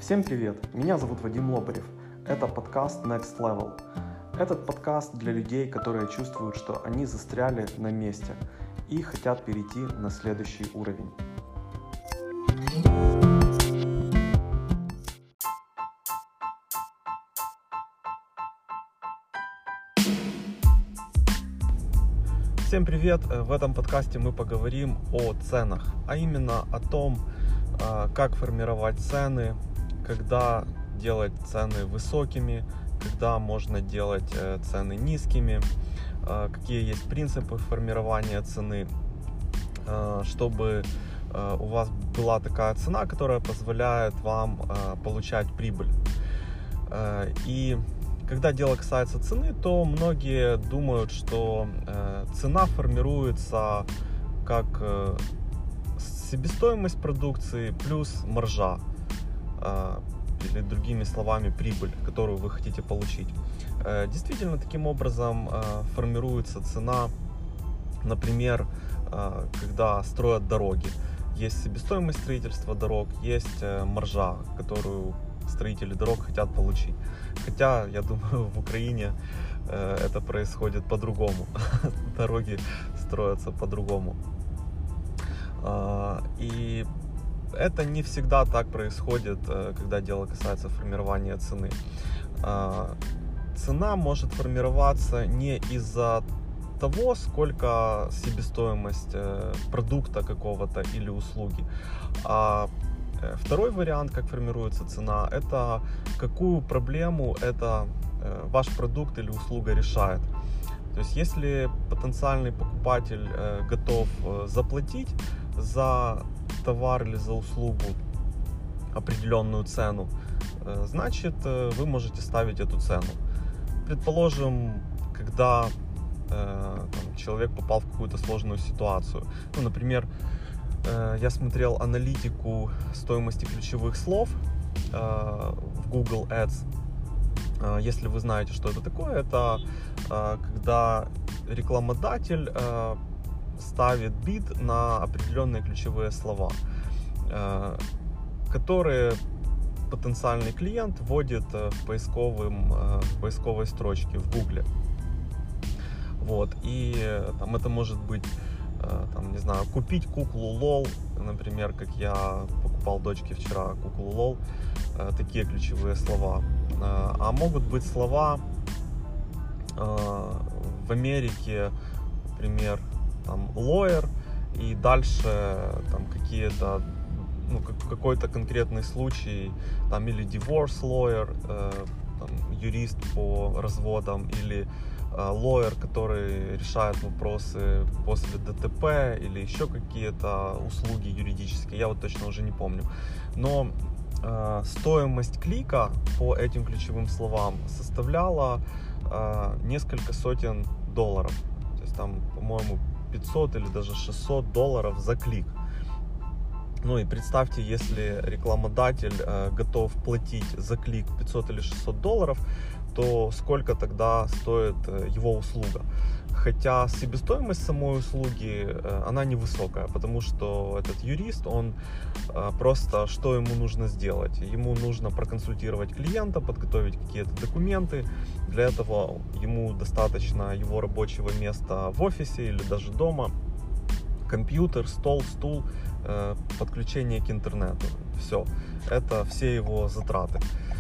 Всем привет! Меня зовут Вадим Лобарев. Это подкаст Next Level. Этот подкаст для людей, которые чувствуют, что они застряли на месте и хотят перейти на следующий уровень. Всем привет! В этом подкасте мы поговорим о ценах, а именно о том, как формировать цены, когда делать цены высокими, когда можно делать цены низкими, какие есть принципы формирования цены, чтобы у вас была такая цена, которая позволяет вам получать прибыль. И когда дело касается цены, то многие думают, что цена формируется как себестоимость продукции плюс маржа, или другими словами прибыль, которую вы хотите получить. Действительно, таким образом формируется цена, например, когда строят дороги. Есть себестоимость строительства дорог, есть маржа, которую строители дорог хотят получить. Хотя, я думаю, в Украине это происходит по-другому. Дороги строятся по-другому. И это не всегда так происходит, когда дело касается формирования цены. Цена может формироваться не из-за того, сколько себестоимость продукта какого-то или услуги, а второй вариант, как формируется цена, это какую проблему это ваш продукт или услуга решает. То есть, если потенциальный покупатель готов заплатить за товар или за услугу определенную цену, значит, вы можете ставить эту цену. Предположим, когда человек попал в какую-то сложную ситуацию. Например, я смотрел аналитику стоимости ключевых слов в Google Ads. Если вы знаете, что это такое, это когда рекламодатель ставит бид на определенные ключевые слова, которые потенциальный клиент вводит в поисковой строчке в Google. И это может быть, не знаю, купить куклу LOL, например, как я покупал дочке вчера куклу LOL, такие ключевые слова. А могут быть слова в Америке, например, lawyer, и дальше какие-то, какой-то конкретный случай, или divorce lawyer, юрист по разводам, или lawyer, который решает вопросы после ДТП, или еще какие-то услуги юридические, я точно уже не помню. Но стоимость клика по этим ключевым словам составляла несколько сотен долларов. То есть по-моему, 500 или даже $600 за клик. И представьте, если рекламодатель готов платить за клик 500 или $600, то сколько тогда стоит его услуга? Хотя себестоимость самой услуги, она невысокая, потому что этот юрист, он просто, что ему нужно сделать? Ему нужно проконсультировать клиента, подготовить какие-то документы. Для этого ему достаточно его рабочего места в офисе или даже дома, компьютер, стол, стул, подключение к интернету. Все. Это все его затраты.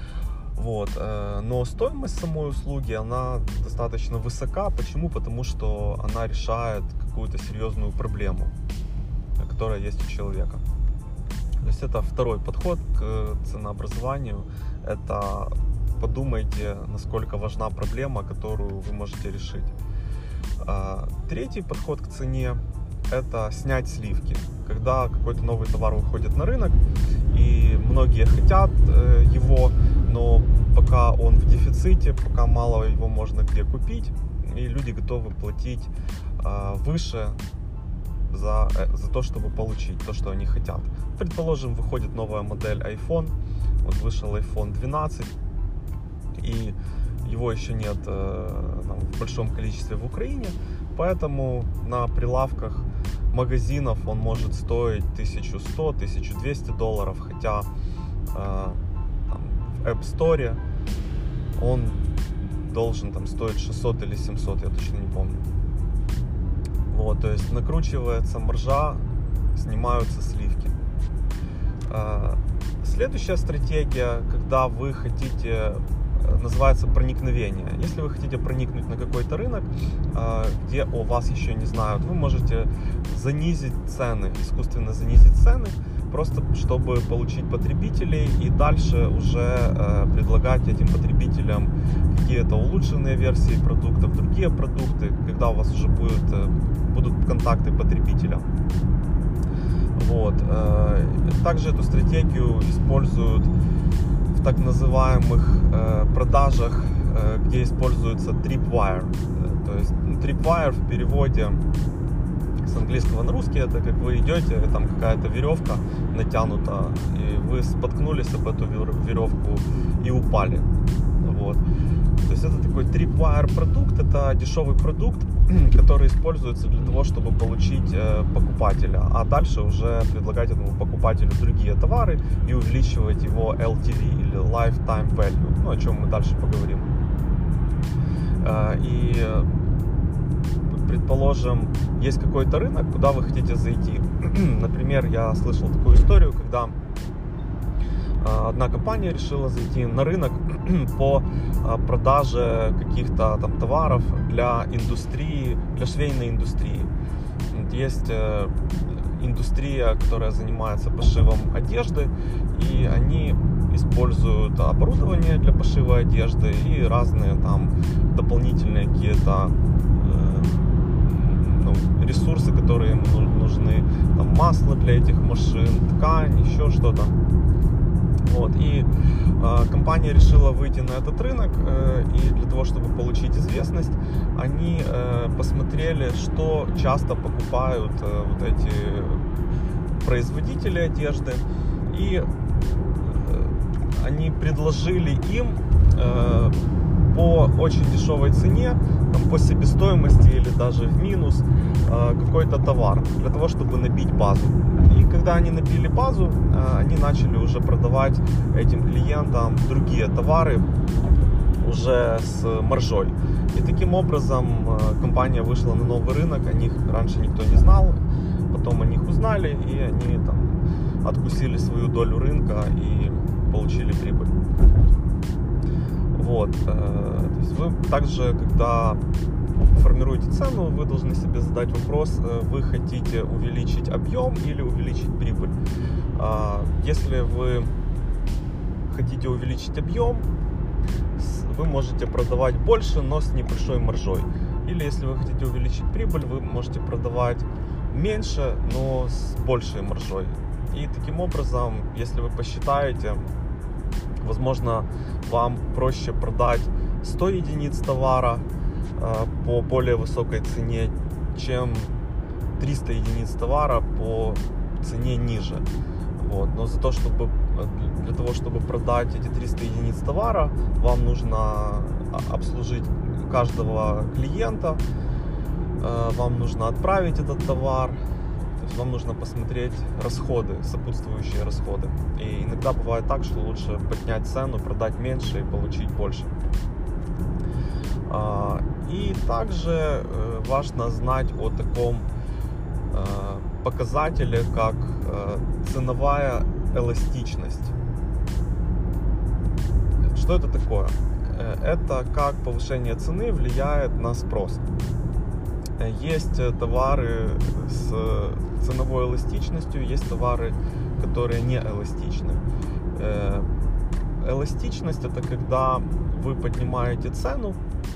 Но стоимость самой услуги, она достаточно высока. Почему? Потому что она решает какую-то серьезную проблему, которая есть у человека. То есть это второй подход к ценообразованию. Это подумайте, насколько важна проблема, которую вы можете решить. Третий подход к цене — это снять сливки. Когда какой-то новый товар выходит на рынок, и многие хотят его, но пока он в дефиците, пока мало его можно где купить, и люди готовы платить выше за то, чтобы получить то, что они хотят. Предположим, выходит новая модель iPhone, вышел iPhone 12, и его еще нет в большом количестве в Украине, поэтому на прилавках магазинов он может стоить $1100-1200, хотя в App Store, он должен там стоить 600 или 700, я точно не помню. Вот, то есть накручивается маржа, снимаются сливки. Следующая стратегия, когда вы хотите, называется проникновение. Если вы хотите проникнуть на какой-то рынок, где о вас еще не знают, вы можете занизить цены, искусственно занизить цены, просто чтобы получить потребителей и дальше уже предлагать этим потребителям какие-то улучшенные версии продуктов, другие продукты, когда у вас уже будут контакты потребителя. Вот. Также эту стратегию используют в так называемых продажах, где используется Tripwire. То есть Tripwire в переводе с английского на русский — это как вы идете, там какая-то веревка натянута, и вы споткнулись об эту веревку и упали. Вот. То есть это такой Tripwire продукт, это дешевый продукт, который используется для того, чтобы получить покупателя, а дальше уже предлагать этому покупателю другие товары и увеличивать его LTV или Lifetime Value, ну, о чем мы дальше поговорим. И предположим, есть какой-то рынок, куда вы хотите зайти. Например, я слышал такую историю, когда одна компания решила зайти на рынок по продаже каких-то там товаров для индустрии, для швейной индустрии. Есть индустрия, которая занимается пошивом одежды, и они используют оборудование для пошива одежды и разные там дополнительные какие-то ресурсы, которые им нужны, там масло для этих машин, ткань, еще что-то. Вот. И компания решила выйти на этот рынок, и для того, чтобы получить известность, они посмотрели, что часто покупают вот эти производители одежды, и они предложили им по очень дешевой цене, там, по себестоимости или даже в минус какой-то товар, для того, чтобы набить базу. И когда они набили базу, они начали уже продавать этим клиентам другие товары уже с маржой. И таким образом компания вышла на новый рынок, о них раньше никто не знал, потом о них узнали, и они там откусили свою долю рынка и получили прибыль. Вот. То есть вы также, когда формируете цену, вы должны себе задать вопрос, вы хотите увеличить объем или увеличить прибыль. Если вы хотите увеличить объем, вы можете продавать больше, но с небольшой маржой. Или если вы хотите увеличить прибыль, вы можете продавать меньше, но с большей маржой. И таким образом, если вы посчитаете, возможно, вам проще продать 100 единиц товара по более высокой цене, чем 300 единиц товара по цене ниже. Вот. Но для того, чтобы продать эти 300 единиц товара, вам нужно обслужить каждого клиента, вам нужно отправить этот товар, то есть вам нужно посмотреть расходы, сопутствующие расходы. И иногда бывает так, что лучше поднять цену, продать меньше и получить больше. И также важно знать о таком показателе, как ценовая эластичность. Что это такое? Это как повышение цены влияет на спрос. Есть товары с ценовой эластичностью, есть товары, которые не эластичны. Эластичность — это когда вы поднимаете цену,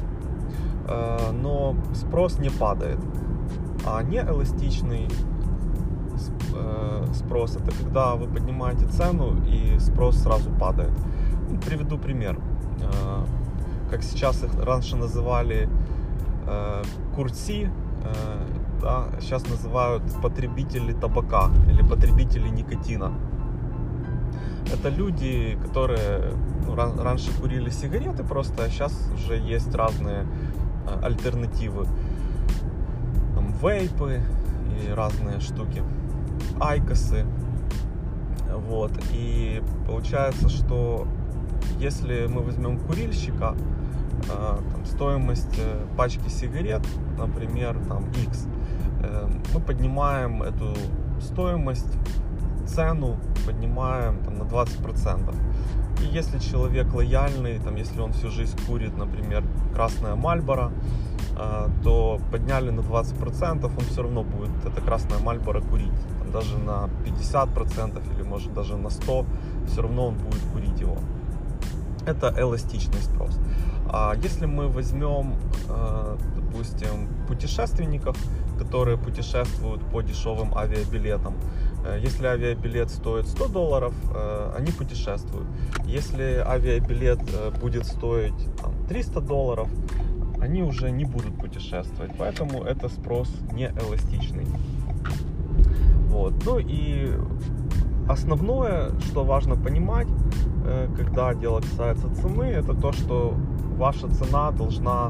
но спрос не падает. А неэластичный спрос — это когда вы поднимаете цену и спрос сразу падает. Приведу пример. Как сейчас их раньше называли курцы, да, сейчас называют потребители табака или потребители никотина. Это люди, которые раньше курили сигареты просто, а сейчас уже есть разные альтернативы. Там вейпы и разные штуки, айкосы. Вот. И получается, что если мы возьмем курильщика, там, стоимость пачки сигарет, например, там, X, мы поднимаем эту стоимость, цену поднимаем там, на 20%. И если человек лояльный, там, если он всю жизнь курит, например, красное Marlboro, то подняли на 20%, он все равно будет это красное Marlboro курить. Там, даже на 50% или может даже на 100%, все равно он будет курить его. Это эластичный спрос. А если мы возьмем, допустим, путешественников, которые путешествуют по дешевым авиабилетам, если авиабилет стоит $100, они путешествуют. Если авиабилет будет стоить там, $300, они уже не будут путешествовать. Поэтому это спрос не эластичный. Вот. Ну и основное, что важно понимать, когда дело касается цены, это то, что ваша цена должна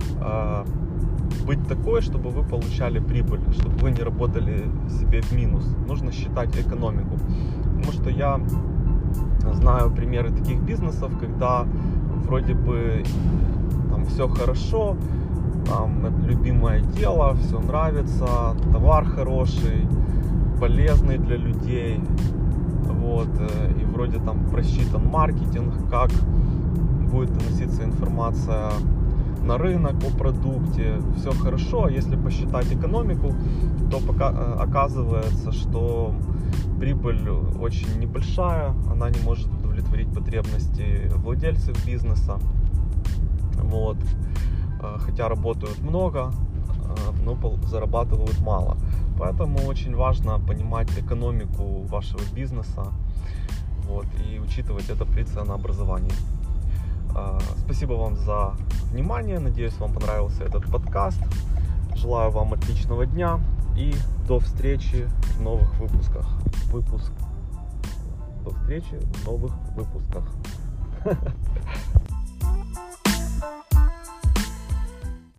быть такой, чтобы вы получали прибыль, чтобы вы не работали себе в минус. Нужно считать экономику. Потому что я знаю примеры таких бизнесов, когда вроде бы там все хорошо, там это любимое дело, все нравится, товар хороший, полезный для людей. Вот, и вроде там просчитан маркетинг, как будет доноситься информация на рынок о продукте, все хорошо. А если посчитать экономику, то пока оказывается, что прибыль очень небольшая, она не может удовлетворить потребности владельцев бизнеса. Вот. Хотя работают много, но зарабатывают мало. Поэтому очень важно понимать экономику вашего бизнеса, вот, и учитывать это при ценообразовании. Спасибо вам за внимание. Надеюсь, вам понравился этот подкаст. Желаю вам отличного дня и до встречи в новых выпусках. До встречи в новых выпусках.